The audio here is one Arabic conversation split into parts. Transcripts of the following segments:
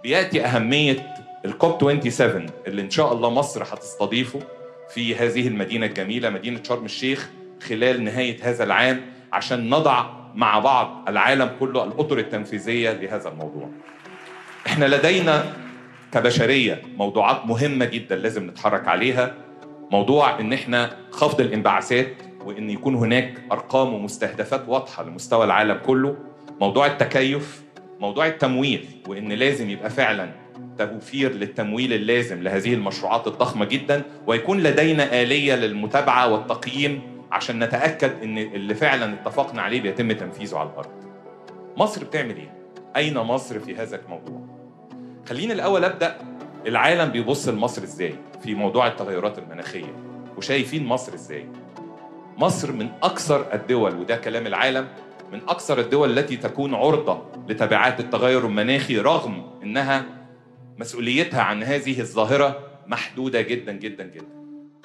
بيأتي أهمية الكوب 27 اللي إن شاء الله مصر هتستضيفه في هذه المدينة الجميلة مدينة شرم الشيخ خلال نهاية هذا العام، عشان نضع مع بعض العالم كله الأطر التنفيذية لهذا الموضوع. إحنا لدينا كبشرية موضوعات مهمة جدا لازم نتحرك عليها. موضوع إن إحنا خفض الانبعاثات، وإن يكون هناك أرقام ومستهدفات واضحة لمستوى العالم كله. موضوع التكيف، موضوع التمويل، وإن لازم يبقى فعلا توفير للتمويل اللازم لهذه المشروعات الضخمة جدا، ويكون لدينا آلية للمتابعة والتقييم عشان نتأكد إن اللي فعلا اتفقنا عليه بيتم تنفيذه على الأرض. مصر بتعمل إيه؟ أين مصر في هذا الموضوع؟ خليني الأول أبدأ، العالم بيبص لمصر إزاي في موضوع التغيرات المناخية، وشايفين مصر إزاي؟ مصر من أكثر الدول، وده كلام العالم، من أكثر الدول التي تكون عرضة لتبعات التغير المناخي، رغم أنها مسؤوليتها عن هذه الظاهرة محدودة جدا جدا جدا.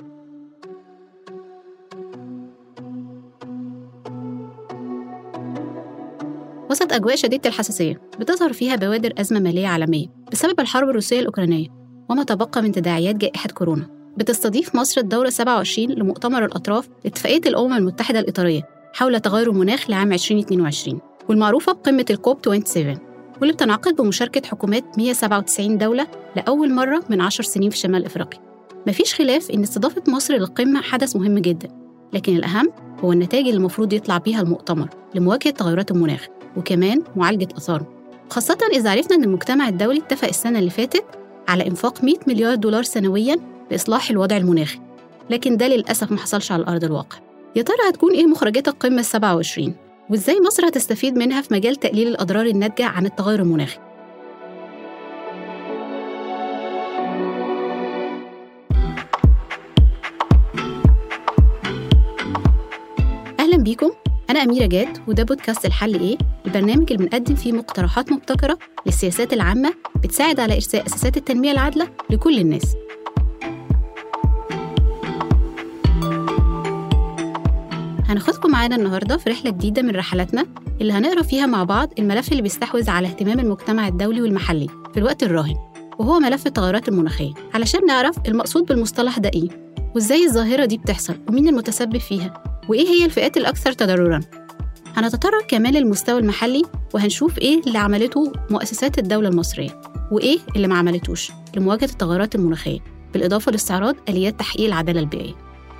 وسط أجواء شديدة الحساسية بتظهر فيها بوادر أزمة مالية عالمية بسبب الحرب الروسية الأوكرانية وما تبقى من تداعيات جائحة كورونا، بتستضيف مصر الدورة 27 لمؤتمر الأطراف لاتفاقية الأمم المتحدة الإطارية حول تغير المناخ لعام 2022، والمعروفة بقمة الكوب 27، واللي بتنعقد بمشاركة حكومات 197 دولة لأول مرة من 10 سنين في شمال أفريقيا. مفيش خلاف إن استضافة مصر للقمة حدث مهم جدا، لكن الأهم هو النتائج اللي المفروض يطلع بيها المؤتمر لمواجهة تغيرات المناخ وكمان معالجة أثاره، خاصة إذا عرفنا أن المجتمع الدولي اتفق السنة اللي فاتت على إنفاق 100 مليار دولار سنوياً لإصلاح الوضع المناخي، لكن ده للأسف ما حصلش على أرض الواقع. يا ترى هتكون إيه مخرجات القمة 27؟ وإزاي مصر هتستفيد منها في مجال تقليل الأضرار الناتجة عن التغير المناخي؟ أهلاً بيكم، أنا أميرة جاد، وده بودكاست الحل إيه؟ البرنامج اللي بنقدم فيه مقترحات مبتكرة للسياسات العامة بتساعد على إرساء أساسات التنمية العادلة لكل الناس. هناخدكم معانا النهاردة في رحلة جديدة من رحلاتنا اللي هنقرأ فيها مع بعض الملف اللي بيستحوذ على اهتمام المجتمع الدولي والمحلي في الوقت الراهن، وهو ملف التغيرات المناخية، علشان نعرف المقصود بالمصطلح ده إيه، وإزاي الظاهرة دي بتحصل، ومين المتسبب فيها، وإيه هي الفئات الأكثر تضرراً. هنتطرق كمان للمستوى المحلي، وهنشوف إيه اللي عملته مؤسسات الدولة المصرية وإيه اللي ما عملتوش لمواجهة التغيرات المناخية، بالإضافة لاستعراض آليات تحقيق العدالة البيئية.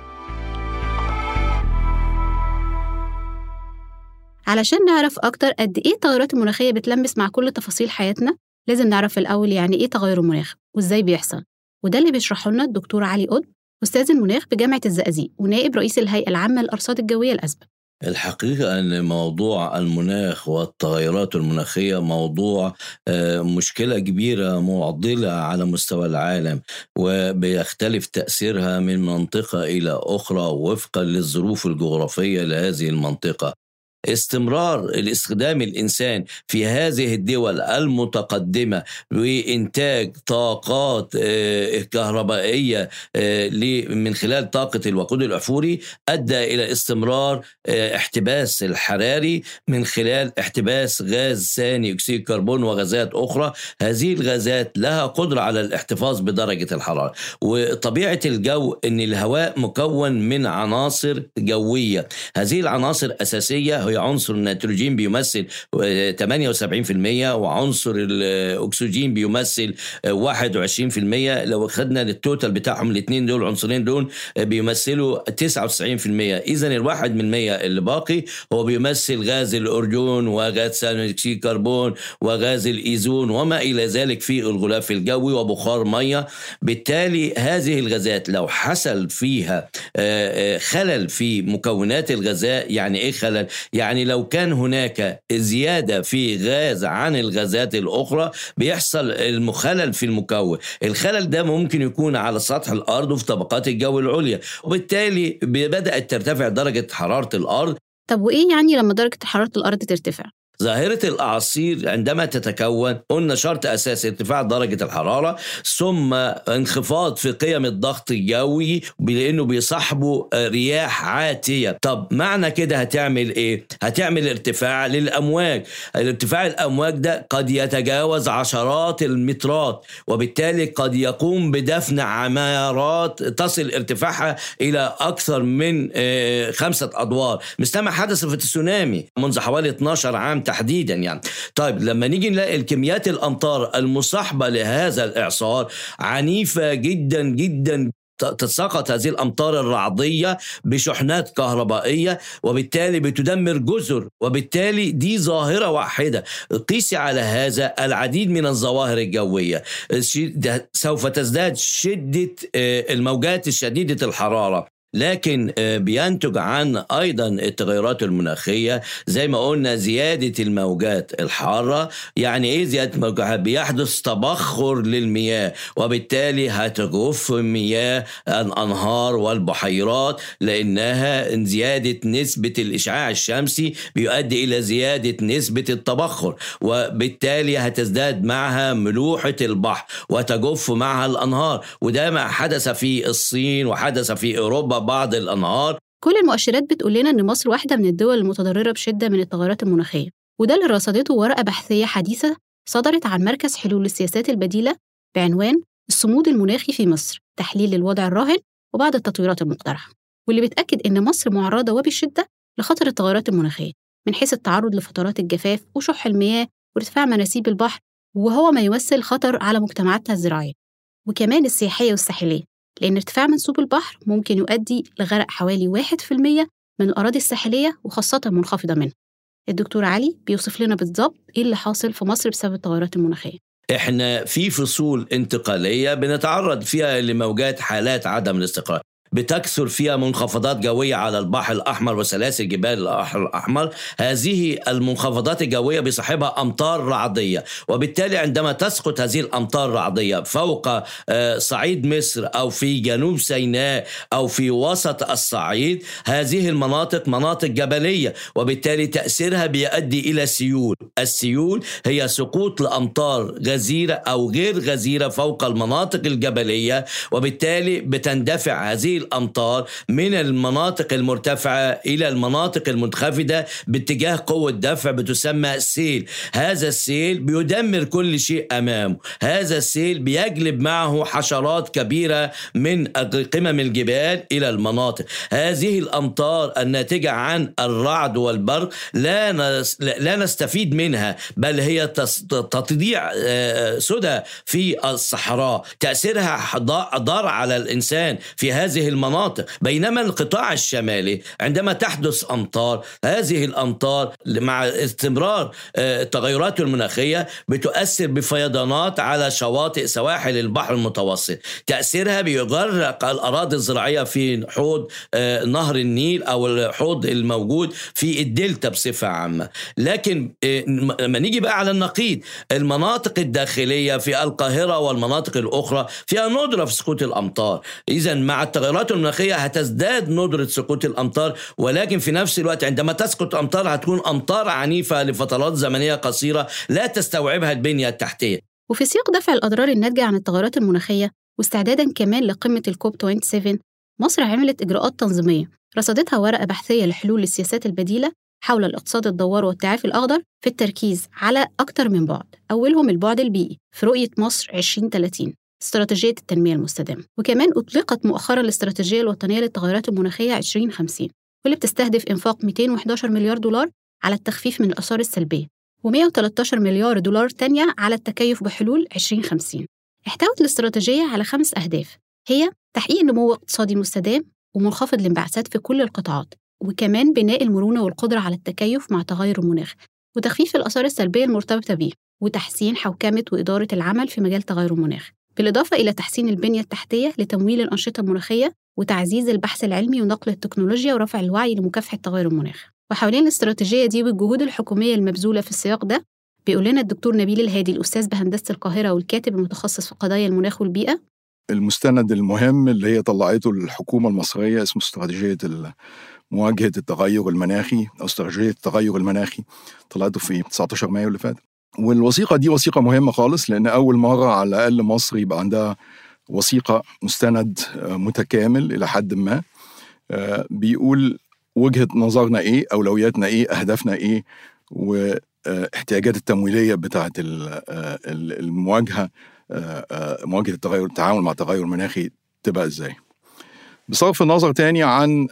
علشان نعرف أكتر قد إيه التغيرات المناخية بتلمس مع كل تفاصيل حياتنا، لازم نعرف الأول يعني إيه تغير المناخ وإزاي بيحصل، وده اللي بيشرحه لنا الدكتور علي قطب، أستاذ المناخ بجامعة الزقازيق ونائب رئيس الهيئة العامة للأرصاد الجوية الأسبق. الحقيقة أن موضوع المناخ والتغيرات المناخية موضوع مشكلة كبيرة معضلة على مستوى العالم، وبيختلف تأثيرها من منطقة إلى أخرى وفقا للظروف الجغرافية لهذه المنطقة. استمرار الاستخدام الإنسان في هذه الدول المتقدمة وإنتاج طاقات كهربائية من خلال طاقة الوقود الأحفوري أدى إلى استمرار احتباس الحراري من خلال احتباس غاز ثاني أكسيد الكربون وغازات أخرى. هذه الغازات لها قدرة على الاحتفاظ بدرجة الحرارة، وطبيعة الجو أن الهواء مكون من عناصر جوية. هذه العناصر أساسية، عنصر النيتروجين بيمثل 78%، وعنصر الأكسجين بيمثل 21%. لو خدنا التوتال بتاعهم الاثنين دول، عنصرين دول بيمثلوا 99%. إذن 1% اللي باقي هو بيمثل غاز الأرجون وغاز ثاني أكسيد الكربون وغاز الإيزون وما إلى ذلك في الغلاف الجوي وبخار مية. بالتالي هذه الغازات لو حصل فيها خلل في مكونات الغازات، يعني إيه خلل؟ يعني لو كان هناك زيادة في غاز عن الغازات الأخرى بيحصل المخلل في المكون. الخلل ده ممكن يكون على سطح الأرض وفي طبقات الجو العليا، وبالتالي بدأت ترتفع درجة حرارة الأرض. طب وإيه يعني لما درجة حرارة الأرض ترتفع؟ ظاهرة الأعاصير عندما تتكون قلنا شرط أساسي ارتفاع درجة الحرارة ثم انخفاض في قيم الضغط الجوي لأنه بيصاحبه رياح عاتية. طب معنى كده هتعمل إيه؟ هتعمل ارتفاع للأمواج. الارتفاع الأمواج ده قد يتجاوز عشرات المترات، وبالتالي قد يقوم بدفن عمارات تصل ارتفاعها إلى أكثر من 5 أدوار، مثل ما حدث في التسونامي منذ حوالي 12 عام تحديدا يعني. طيب لما نيجي نلاقي الكميات الأمطار المصاحبة لهذا الإعصار عنيفة جدا جدا، تتساقط هذه الأمطار الرعدية بشحنات كهربائية وبالتالي بتدمر جزر، وبالتالي دي ظاهرة واحدة. قيسي على هذا العديد من الظواهر الجوية، سوف تزداد شدة الموجات الشديدة الحرارة، لكن بينتج عن أيضا التغيرات المناخية زي ما قلنا زيادة الموجات الحارة. يعني إيه زيادة الموجات؟ بيحدث تبخر للمياه، وبالتالي هتجف مياه الأنهار والبحيرات، لأنها زيادة نسبة الإشعاع الشمسي بيؤدي إلى زيادة نسبة التبخر، وبالتالي هتزداد معها ملوحة البحر وتجف معها الأنهار. وده ما حدث في الصين وحدث في أوروبا بعض الأنهار. كل المؤشرات بتقول لنا إن مصر واحدة من الدول المتضررة بشدة من التغيرات المناخية، وده اللي رصدته ورقة بحثية حديثة صدرت عن مركز حلول السياسات البديلة بعنوان الصمود المناخي في مصر، تحليل الوضع الراهن وبعض التطويرات المقترحة، واللي بتأكد إن مصر معرضة وبشدة لخطر التغيرات المناخية من حيث التعرض لفترات الجفاف وشح المياه وارتفاع مناسيب البحر، وهو ما يمثل خطر على مجتمعاتها الزراعية وكمان السياحية والساحلية، لأن ارتفاع منسوب البحر ممكن يؤدي لغرق حوالي 1% من الأراضي الساحلية وخاصة منخفضة منها. الدكتور علي بيوصف لنا بالضبط إيه اللي حاصل في مصر بسبب التغيرات المناخية. إحنا في فصول انتقالية بنتعرض فيها لموجات حالات عدم الاستقرار، بتكثر فيها منخفضات جوية على البحر الأحمر وسلاسل جبال البحر الأحمر. هذه المنخفضات الجوية بصاحبها أمطار رعدية، وبالتالي عندما تسقط هذه الأمطار الرعدية فوق صعيد مصر أو في جنوب سيناء أو في وسط الصعيد، هذه المناطق مناطق جبلية، وبالتالي تأثيرها بيؤدي إلى سيول. السيول هي سقوط لأمطار غزيرة أو غير غزيرة فوق المناطق الجبلية، وبالتالي بتندفع هذه الأمطار من المناطق المرتفعة إلى المناطق المنخفضة باتجاه قوة دفع بتسمى سيل. هذا السيل بيدمر كل شيء أمامه. هذا السيل بيجلب معه حشرات كبيرة من قمم الجبال إلى المناطق. هذه الأمطار الناتجة عن الرعد والبرق لا نستفيد منها، بل هي تضيع سدى في الصحراء. تأثيرها ضار على الإنسان في هذه المناطق. بينما القطاع الشمالي عندما تحدث أمطار، هذه الأمطار مع استمرار التغيرات المناخية بتؤثر بفيضانات على شواطئ سواحل البحر المتوسط. تأثيرها بيغرق الأراضي الزراعية في حوض نهر النيل أو الحوض الموجود في الدلتا بصفة عامة. لكن لما نيجي بقى على النقيض، المناطق الداخلية في القاهرة والمناطق الأخرى فيها ندرة في سقوط الأمطار. إذن مع التغيرات المناخية هتزداد ندرة سقوط الأمطار، ولكن في نفس الوقت عندما تسقط أمطار هتكون أمطار عنيفة لفترات زمنية قصيرة لا تستوعبها البنية التحتية. وفي سياق دفع الأضرار الناتجة عن التغيرات المناخية واستعدادا كمان لقمة الكوب 27، مصر عملت إجراءات تنظيمية رصدتها ورقة بحثية لحلول السياسات البديلة حول الاقتصاد الدوار والتعافي الأخضر في التركيز على أكثر من بعد، أولهم البعد البيئي في رؤية مصر 2030 استراتيجية التنمية المستدامة، وكمان أطلقت مؤخرا الاستراتيجية الوطنية للتغيرات المناخية 2050 واللي بتستهدف إنفاق 211 مليار دولار على التخفيف من الآثار السلبية و113 مليار دولار تانية على التكيف بحلول 2050. احتوت الاستراتيجية على 5 أهداف، هي تحقيق نمو اقتصادي مستدام ومنخفض الانبعاثات في كل القطاعات، وكمان بناء المرونة والقدرة على التكيف مع تغير المناخ وتخفيف الآثار السلبية المرتبطة به، وتحسين حوكمة وإدارة العمل في مجال تغير المناخ، بالإضافة إلى تحسين البنية التحتية لتمويل الأنشطة المناخية وتعزيز البحث العلمي ونقل التكنولوجيا ورفع الوعي لمكافحة تغير المناخ. وحوالين الاستراتيجية دي والجهود الحكومية المبذولة في السياق ده بيقول لنا الدكتور نبيل الهادي الأستاذ بهندسة القاهرة والكاتب المتخصص في قضايا المناخ والبيئة. المستند المهم اللي هي طلعته الحكومة المصرية اسمه استراتيجية مواجهة التغير المناخي أو استراتيجية التغير المناخي، طلعته في 19 مايو اللي فات. والوثيقة دي وثيقة مهمة خالص، لأن أول مرة على الأقل مصر يبقى عندها وثيقة مستند متكامل إلى حد ما، بيقول وجهة نظرنا إيه، أولوياتنا إيه، أهدافنا إيه، واحتياجات التمويلية بتاعة المواجهة، مواجهة التغير، التعامل مع التغير المناخي تبقى إزاي. بصرف النظر تاني عن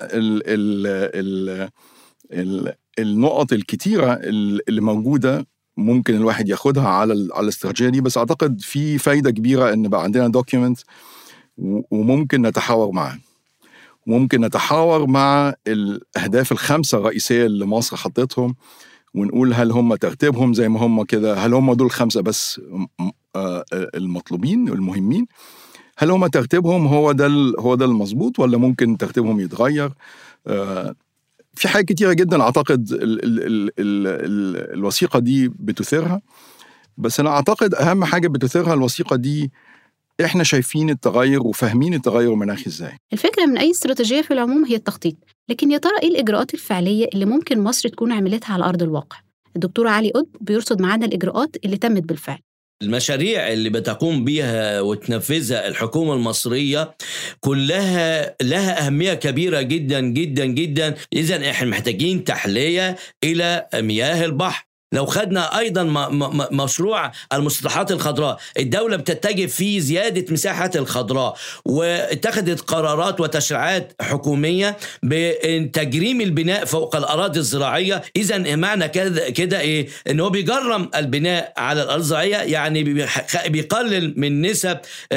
النقط الكتيرة اللي موجودة ممكن الواحد ياخدها على الاستراتيجية دي، بس أعتقد في فايدة كبيرة إن بقى عندنا دوكيومنت وممكن نتحاور معاه، ممكن نتحاور مع الأهداف الخمسة الرئيسية اللي مصر حطتهم، ونقول هل هم ترتيبهم زي ما هم كده، هل هم دول الخمسة بس المطلوبين المهمين، هل هم ترتيبهم هو ده المظبوط، ولا ممكن ترتيبهم يتغير. في حاجات كتيرة جدا أعتقد الوثيقة دي بتثيرها، بس أنا أعتقد أهم حاجة بتثيرها الوثيقة دي إحنا شايفين التغير وفاهمين التغير المناخي إزاي. الفكرة من أي استراتيجية في العموم هي التخطيط، لكن يا ترى إيه الإجراءات الفعلية اللي ممكن مصر تكون عملتها على أرض الواقع؟ الدكتور علي قطب بيرصد معانا الإجراءات اللي تمت بالفعل. المشاريع اللي بتقوم بيها وتنفذها الحكومة المصرية كلها لها أهمية كبيرة جدا جدا جدا. إذن إحنا محتاجين تحلية إلى مياه البحر. لو خدنا أيضا مشروع المسطحات الخضراء، الدولة بتتجه في زيادة مساحة الخضراء، واتخذت قرارات وتشريعات حكومية بتجريم البناء فوق الأراضي الزراعية. إذن معنى كده إيه؟ إنه بيجرم البناء على الأراضي الزراعية، يعني بيقلل من نسب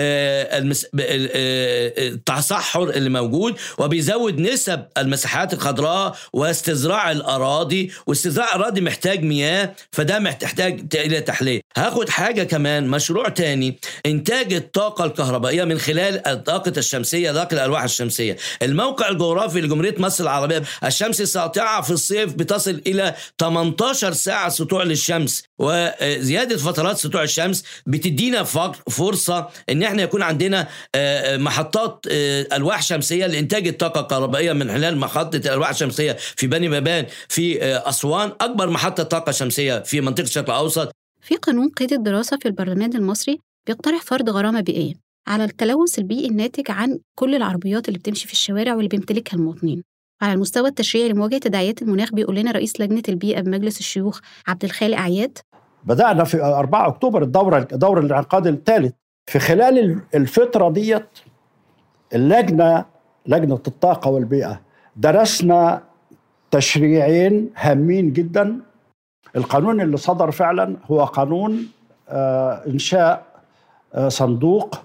التصحر اللي موجود، وبيزود نسب المساحات الخضراء واستزراع الأراضي، واستزراع الأراضي محتاج مياه، فده محتاج إلى تحلية. هاخد حاجة كمان، مشروع تاني، إنتاج الطاقة الكهربائية من خلال الطاقة الشمسية، طاقة الألواح الشمسية. الموقع الجغرافي لجمهورية مصر العربية، الشمس الساطعة في الصيف بتصل إلى 18 ساعة سطوع للشمس، وزيادة فترات سطوع الشمس بتدينا فرصة إن احنا يكون عندنا محطات ألواح شمسية لإنتاج الطاقة الكهربائية من خلال محطة الألواح الشمسية في بني مبان في أسوان، أكبر محطة طاقة شمسية في منطقة الشرق الأوسط. في قانون قيد الدراسة في البرلمان المصري بيقترح فرض غرامة بيئية على التلوث البيئي الناتج عن كل العربيات اللي بتمشي في الشوارع واللي بيمتلكها المواطنين. على المستوى التشريعي لمواجهة تداعيات المناخ بيقول لنا رئيس لجنة البيئة بمجلس الشيوخ عبد الخالق عياد: بدأنا في 4 أكتوبر دور الانعقاد الثالث. في خلال الفترة ديت لجنة الطاقة والبيئة درسنا تشريعين هامين جدا. القانون اللي صدر فعلا هو قانون إنشاء صندوق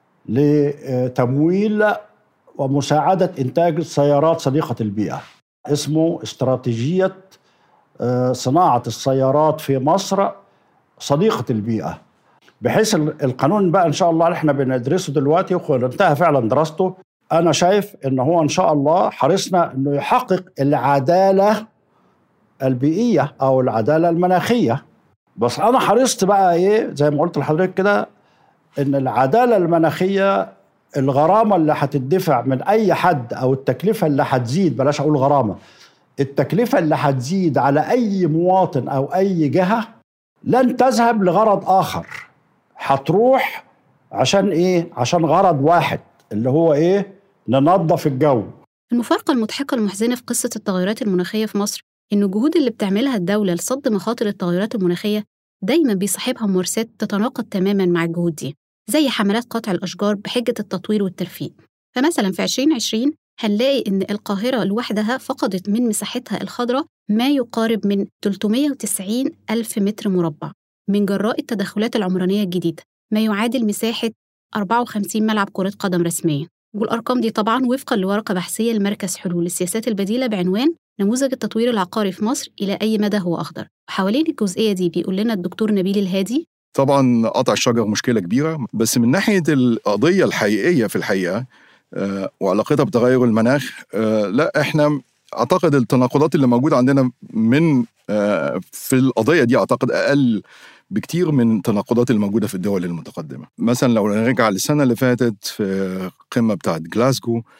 لتمويل ومساعدة إنتاج السيارات صديقة البيئة، اسمه استراتيجية صناعة السيارات في مصر صديقة البيئة. بحيث القانون بقى إن شاء الله احنا بندرسه دلوقتي وانتهى فعلا دراسته. أنا شايف إنه هو إن شاء الله حرصنا إنه يحقق العدالة البيئية أو العدالة المناخية. بس أنا حرصت بقى إيه زي ما قلت لحضرتك كده، إن العدالة المناخية الغرامة اللي هتدفع من أي حد أو التكلفة اللي هتزيد، بلاش أقول غرامة، التكلفة اللي هتزيد على أي مواطن أو أي جهة لن تذهب لغرض آخر، هتروح عشان إيه؟ عشان غرض واحد اللي هو إيه؟ ننظف الجو. المفارقة المضحكة المحزنة في قصة التغيرات المناخية في مصر إن الجهود اللي بتعملها الدولة لصد مخاطر التغيرات المناخية دايماً بيصاحبها ممارسات تتناقض تماماً مع الجهود دي، زي حملات قطع الأشجار بحجة التطوير والترفيه. فمثلاً في 2020 هنلاقي إن القاهرة لوحدها فقدت من مساحتها الخضراء ما يقارب من 390 ألف متر مربع من جراء التدخلات العمرانية الجديدة، ما يعادل مساحة 54 ملعب كرة قدم رسمية. والأرقام دي طبعاً وفقاً لورقة بحثية لمركز حلول السياسات البديلة بعنوان نموذج التطوير العقاري في مصر إلى أي مدى هو أخضر. وحوالين الجزئية دي بيقول لنا الدكتور نبيل الهادي: طبعاً قطع الشجر مشكلة كبيرة، بس من ناحية القضية الحقيقية في الحقيقة وعلاقتها بتغير المناخ، لا إحنا أعتقد التناقضات اللي موجودة عندنا من في القضية دي أعتقد أقل بكتير من التناقضات الموجودة في الدول المتقدمة. مثلا لو نرجع للسنة اللي فاتت في القمة بتاعت جلاسكو،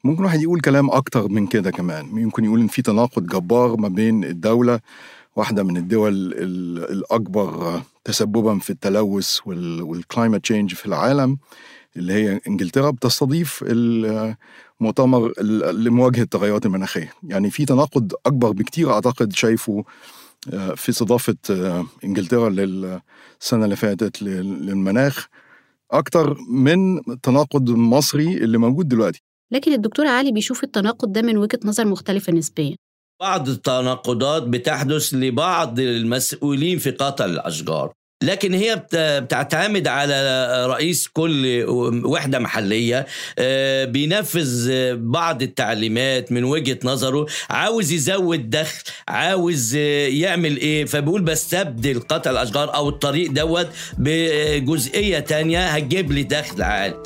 ممكن واحد يقول كلام أكتر من كده كمان، ممكن يقول إن في تناقض جبار ما بين الدولة، واحدة من الدول الأكبر تسببا في التلوث والكلايمت تشينج في العالم اللي هي إنجلترا، بتستضيف المؤتمر لمواجهة التغيرات المناخية. يعني في تناقض أكبر بكتير أعتقد شايفه في استضافة إنجلترا للسنة اللي فاتت للمناخ أكتر من تناقض مصري اللي موجود دلوقتي. لكن الدكتور علي بيشوف التناقض ده من وجهة نظر مختلفة نسبيا. بعض التناقضات بتحدث لبعض المسؤولين في قطع الأشجار، لكن هي بتعتمد على رئيس كل وحدة محلية بينفذ بعض التعليمات من وجهة نظره، عاوز يزود دخل، عاوز يعمل ايه، فبيقول بستبدل قطع الأشجار أو الطريق دوت بجزئية تانية هتجيب لي دخل عالي.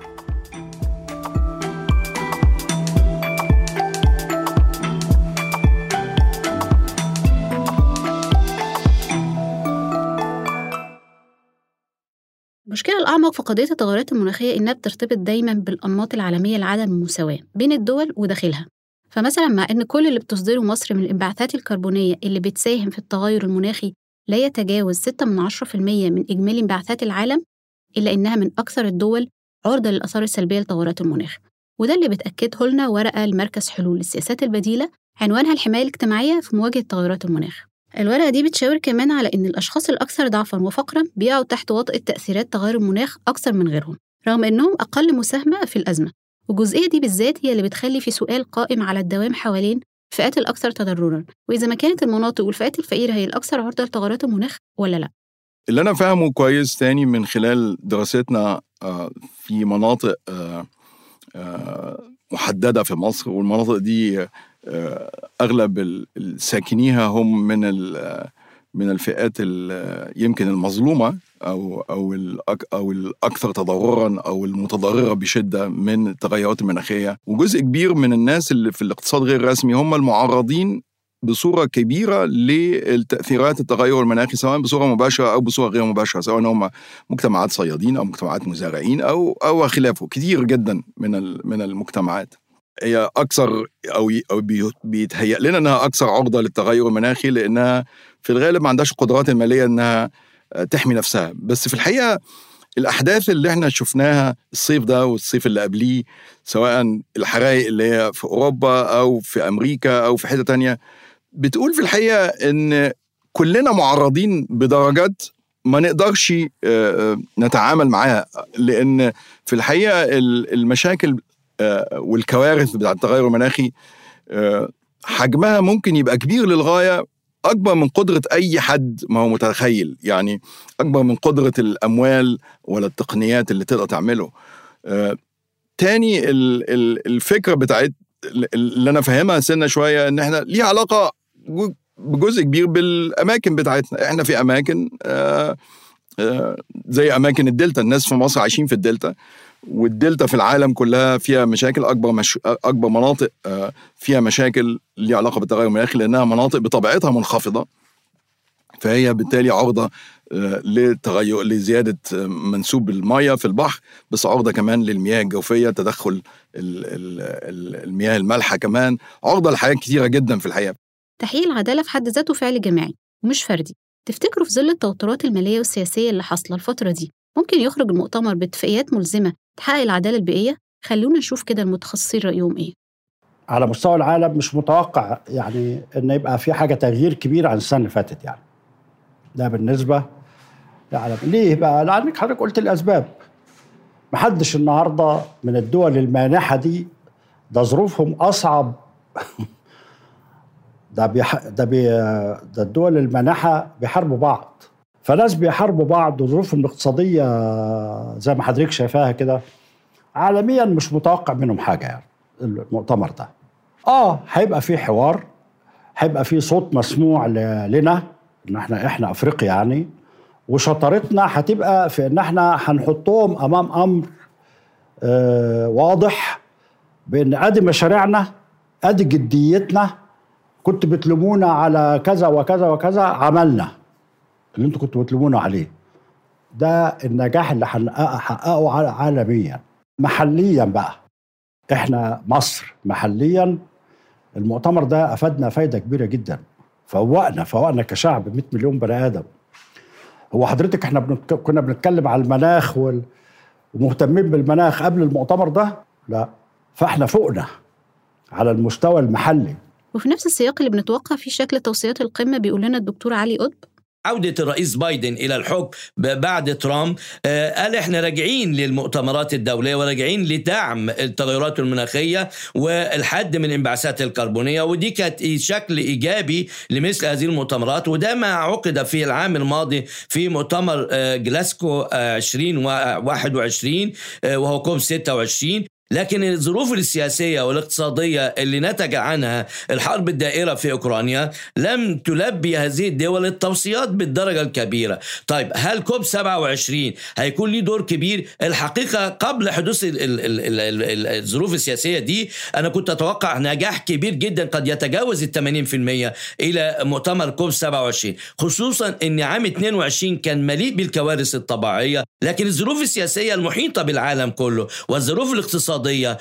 المشكلة الأعمق في قضية التغيرات المناخية إنها بترتبط دايماً بالأنماط العالمية لعدم المساواة بين الدول وداخلها. فمثلاً مع إن كل اللي بتصدره مصر من الانبعاثات الكربونية اللي بتساهم في التغير المناخي لا يتجاوز 6% من إجمالي انبعاثات العالم، إلا إنها من أكثر الدول عرضة للآثار السلبية لتغيرات المناخ. وده اللي بتأكده لنا ورقة لمركز حلول للسياسات البديلة عنوانها الحماية الاجتماعية في مواجهة تغيرات المناخ. الورقة دي بتشاور كمان على إن الأشخاص الأكثر ضعفاً وفقراً بيقعوا تحت وطأة تأثيرات تغير المناخ أكثر من غيرهم، رغم إنهم أقل مساهمة في الأزمة. والجزئية دي بالذات هي اللي بتخلي في سؤال قائم على الدوام حوالين الفئات الأكثر تضرراً، وإذا ما كانت المناطق والفئات الفقيرة هي الأكثر عرضة لتغيرات المناخ ولا لأ. اللي أنا فاهمه كويس تاني من خلال دراستنا في مناطق محددة في مصر، والمناطق دي أغلب الساكنيها هم من الفئات يمكن المظلومة أو الأكثر تضرراً أو المتضررة بشدة من التغيرات المناخية. وجزء كبير من الناس اللي في الاقتصاد غير الرسمي هم المعرضين بصورة كبيرة للتأثيرات التغير المناخي، سواء بصورة مباشرة أو بصورة غير مباشرة، سواء هم مجتمعات صيادين أو مجتمعات مزارعين أو خلافه. كتير جدا من المجتمعات هي أكثر أو بيتهيأ لنا أنها أكثر عرضة للتغير المناخي، لأنها في الغالب ما عندهاش القدرات المالية أنها تحمي نفسها. بس في الحقيقة الأحداث اللي احنا شفناها الصيف ده والصيف اللي قبليه، سواء الحرائق اللي هي في أوروبا أو في أمريكا أو في حتة تانية، بتقول في الحقيقة أن كلنا معرضين بدرجات ما نقدرش نتعامل معها، لأن في الحقيقة المشاكل والكوارث بتاعة التغير المناخي حجمها ممكن يبقى كبير للغاية، أكبر من قدرة أي حد ما هو متخيل، يعني أكبر من قدرة الأموال ولا التقنيات اللي تقدر تعمله. تاني الفكرة بتاعت اللي أنا فاهمها سنة شوية إن إحنا ليه علاقة بجزء كبير بالأماكن بتاعتنا. إحنا في أماكن زي أماكن الدلتا، الناس في مصر عايشين في الدلتا، والدلتا في العالم كلها فيها مشاكل، أكبر مناطق فيها مشاكل ليها علاقة بالتغير المناخي، لأنها مناطق بطبيعتها منخفضة، فهي بالتالي عرضة للتغير، لزيادة منسوب المياه في البحر، بس عرضة كمان للمياه الجوفية، تدخل المياه المالحة، كمان عرضة لحاجات كتيرة جدا في الحياة. تحقيق العدالة في حد ذاته فعل جماعي ومش فردي. تفتكروا في ظل التوترات المالية والسياسية اللي حاصلة الفترة دي ممكن يخرج المؤتمر باتفاقيات ملزمة تحقق العدالة البيئية؟ خلونا نشوف كده المتخصصين رأيهم إيه. على مستوى العالم مش متوقع يعني إن يبقى في حاجة تغيير كبير عن السنة اللي فاتت، يعني ده بالنسبة للعالم. ليه بقى؟ لأنك حضرتك قلت الأسباب. محدش النهاردة من الدول المانحة دي ده ظروفهم أصعب ده الدول المانحة بيحاربوا بعض، فناس بيحاربوا بعض وظروفهم الاقتصادية زي ما حضرتك شايفاها كده عالميا مش متوقع منهم حاجة. يعني المؤتمر ده هيبقى فيه حوار، هيبقى فيه صوت مسموع لنا ان احنا افريقيا يعني، وشطارتنا هتبقى في ان احنا هنحطهم امام امر واضح بان ادي مشاريعنا، ادي جديتنا، كنت بتلومونا على كذا وكذا وكذا، عملنا اللي انتوا كنتوا بتلومونا عليه. ده النجاح اللي هنحققه عالميا. محليا بقى احنا مصر محليا المؤتمر ده افادنا فايده كبيره جدا، فوقنا كشعب 100 مليون بني ادم. هو حضرتك احنا كنا بنتكلم على المناخ ومهتمين بالمناخ قبل المؤتمر ده؟ لا، فاحنا فوقنا على المستوى المحلي. وفي نفس السياق اللي بنتوقع فيه شكل توصيات القمة، بيقول لنا الدكتور علي قطب عودة الرئيس بايدن إلى الحكم بعد ترامب، قال إحنا راجعين للمؤتمرات الدولية وراجعين لدعم التغيرات المناخية والحد من الانبعاثات الكربونية، ودي كانت شكل إيجابي لمثل هذه المؤتمرات. وده ما عقد في العام الماضي في مؤتمر جلاسكو 2021 وهو كوب 26. لكن الظروف السياسية والاقتصادية اللي نتج عنها الحرب الدائرة في أوكرانيا لم تلبي هذه الدول التوصيات بالدرجة الكبيرة. طيب هل كوب 27 هيكون ليه دور كبير؟ الحقيقة قبل حدوث الظروف السياسية دي أنا كنت أتوقع نجاح كبير جدا قد يتجاوز 80% إلى مؤتمر كوب 27، خصوصا أن عام 22 كان مليء بالكوارث الطبيعية. لكن الظروف السياسية المحيطة بالعالم كله والظروف الاقتصادية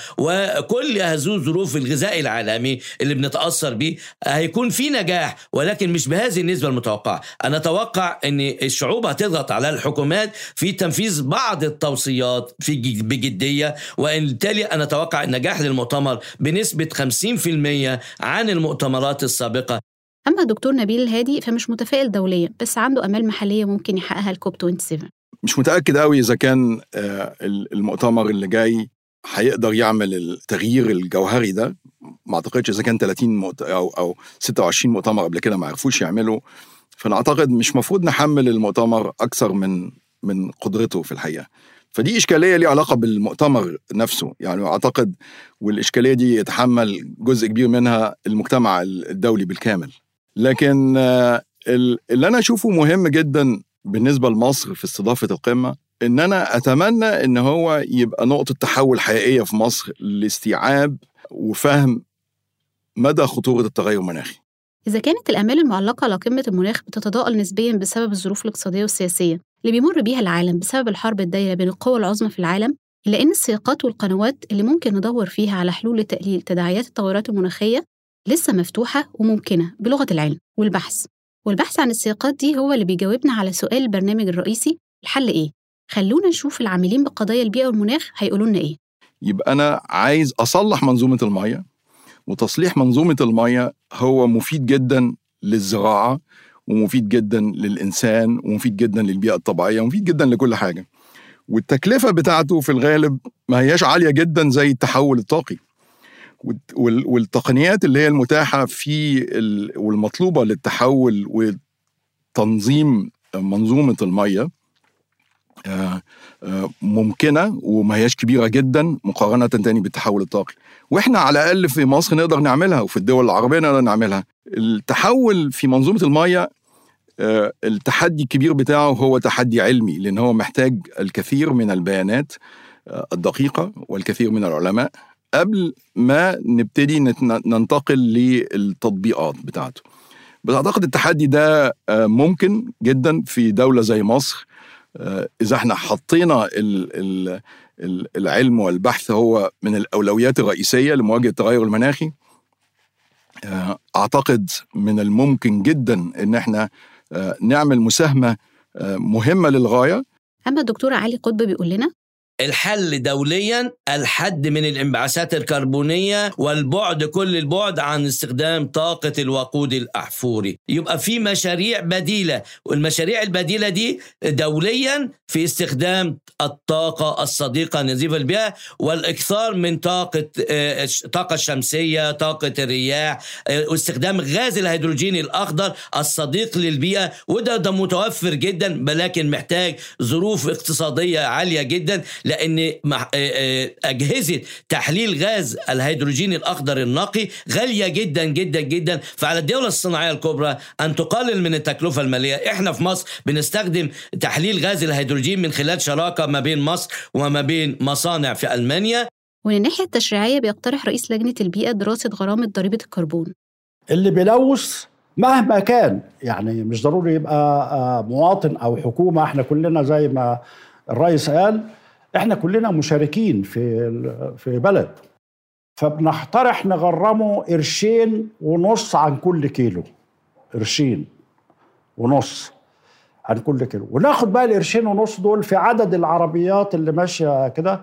وكل هذه الظروف الغذاء العالمي اللي بنتأثر به هيكون في نجاح، ولكن مش بهذه النسبة المتوقعة. أنا أتوقع أن الشعوب هتضغط على الحكومات في تنفيذ بعض التوصيات بجدية، وبالتالي أنا أتوقع النجاح للمؤتمر بنسبة 50% عن المؤتمرات السابقة. أما دكتور نبيل الهادي فمش متفائل دوليا، بس عنده أمال محلية ممكن يحققها الكوب 27. مش متأكد قوي إذا كان المؤتمر اللي جاي هيقدر يعمل التغيير الجوهري ده. ما أعتقدش إذا كان 30 أو 26 مؤتمر قبل كده ما عرفوش يعملوا، فأنا أعتقد مش مفروض نحمل المؤتمر أكثر من قدرته في الحقيقة. فدي إشكالية لي علاقة بالمؤتمر نفسه يعني، أعتقد والإشكالية دي يتحمل جزء كبير منها المجتمع الدولي بالكامل. لكن اللي أنا أشوفه مهم جدا بالنسبة لمصر في استضافة القمة، إن أنا أتمنى إن هو يبقى نقطة تحول حقيقية في مصر لاستيعاب وفهم مدى خطورة التغير المناخي. إذا كانت الآمال المعلقة على قمة المناخ بتتضاءل نسبياً بسبب الظروف الاقتصادية والسياسية اللي بيمر بيها العالم بسبب الحرب الدايرة بين القوى العظمى في العالم، إلا إن السياقات والقنوات اللي ممكن ندور فيها على حلول لتقليل تداعيات التغيرات المناخية لسه مفتوحة وممكنة بلغة العلم والبحث عن السياقات دي هو اللي بيجاوبنا على سؤال البرنامج الرئيسي: الحل إيه؟ خلونا نشوف العاملين بقضايا البيئة والمناخ هيقولوا لنا إيه. يبقى أنا عايز أصلح منظومة المياه، وتصليح منظومة المياه هو مفيد جدا للزراعة ومفيد جدا للإنسان ومفيد جدا للبيئة الطبيعية ومفيد جدا لكل حاجة، والتكلفة بتاعته في الغالب ما هياش عالية جدا زي التحول الطاقي. والتقنيات اللي هي المتاحة والمطلوبة للتحول وتنظيم منظومة المياه ممكنة وما هياش كبيرة جدا مقارنة تاني بالتحول الطاقي، وإحنا على الأقل في مصر نقدر نعملها وفي الدول العربية نقدر نعملها. التحول في منظومة المياه التحدي الكبير بتاعه هو تحدي علمي، لأن هو محتاج الكثير من البيانات الدقيقة والكثير من العلماء قبل ما نبتدي ننتقل للتطبيقات بتاعته. بس أعتقد التحدي ده ممكن جدا في دولة زي مصر إذا احنا حطينا العلم والبحث هو من الأولويات الرئيسية لمواجهة التغير المناخي. أعتقد من الممكن جدا إن احنا نعمل مساهمة مهمة للغاية. أما الدكتور علي قطب بيقول لنا الحل دوليا الحد من الانبعاثات الكربونية والبعد كل البعد عن استخدام طاقة الوقود الأحفوري. يبقى في مشاريع بديلة، والمشاريع البديلة دي دوليا في استخدام الطاقة الصديقة نظيفة البيئة والإكثار من طاقة الشمسية، طاقة الرياح، واستخدام غاز الهيدروجين الأخضر الصديق للبيئة. وده متوفر جدا، ولكن محتاج ظروف اقتصادية عالية جدا، لأن أجهزة تحليل غاز الهيدروجين الأخضر النقي غالية جدا جدا جدا. فعلى الدولة الصناعية الكبرى أن تقلل من التكلفة المالية. إحنا في مصر بنستخدم تحليل غاز الهيدروجين من خلال شراكة ما بين مصر وما بين مصانع في ألمانيا. ومن الناحية التشريعية بيقترح رئيس لجنة البيئة دراسة غرامة ضريبة الكربون. اللي بيلوث مهما كان يعني مش ضروري يبقى مواطن أو حكومة، احنا كلنا زي ما الرئيس قال احنا كلنا مشاركين في بلد، فبنقترح نغرمه 2.5 قرش عن كل كيلو، 2.5 قرش عن كل كيلو، وناخد بقى 2.5 قرش دول في عدد العربيات اللي ماشيه كده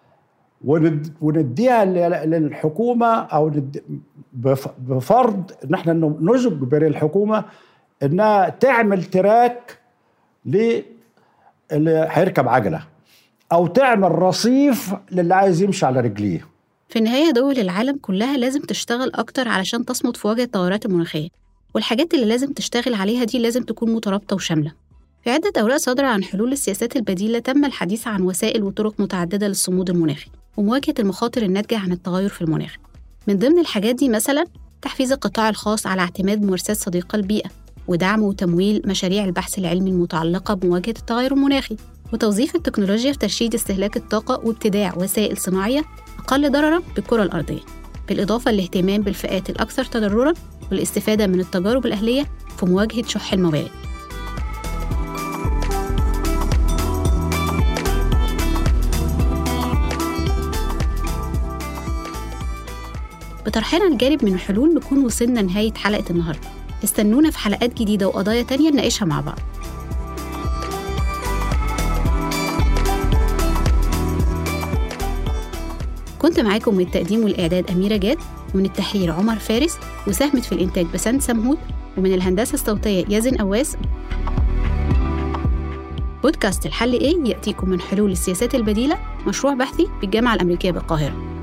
ونديها للحكومه، او بفرض ان احنا نجبر الحكومه انها تعمل تراك اللي هيركب عجله، او تعمل رصيف للي عايز يمشي على رجليه. في النهايه دول العالم كلها لازم تشتغل اكتر علشان تصمد في وجه التغيرات المناخيه، والحاجات اللي لازم تشتغل عليها دي لازم تكون مترابطه وشامله. في عده اوراق صادره عن حلول السياسات البديله تم الحديث عن وسائل وطرق متعدده للصمود المناخي ومواجهه المخاطر الناتجه عن التغير في المناخ. من ضمن الحاجات دي مثلا تحفيز القطاع الخاص على اعتماد ممارسات صديقه للبيئه، ودعم وتمويل مشاريع البحث العلمي المتعلقه بمواجهه التغير المناخي، وتوظيف التكنولوجيا في ترشيد استهلاك الطاقه وابتداع وسائل صناعيه اقل ضررا بالكره الارضيه، بالاضافه للاهتمام بالفئات الاكثر تضررا والاستفاده من التجارب الاهليه في مواجهه شح الموارد. بطرحنا الجانب من الحلول نكون وصلنا نهاية حلقة النهاردة. استنونا في حلقات جديدة وقضايا تانية نناقشها مع بعض. كنت معاكم من التقديم والإعداد أميرة جاد، ومن التحرير عمر فارس، وساهمت في الإنتاج بسنت سمهود، ومن الهندسة الصوتية يازن أواس. بودكاست الحل إيه يأتيكم من حلول السياسات البديلة، مشروع بحثي بالجامعة الأمريكية بالقاهرة.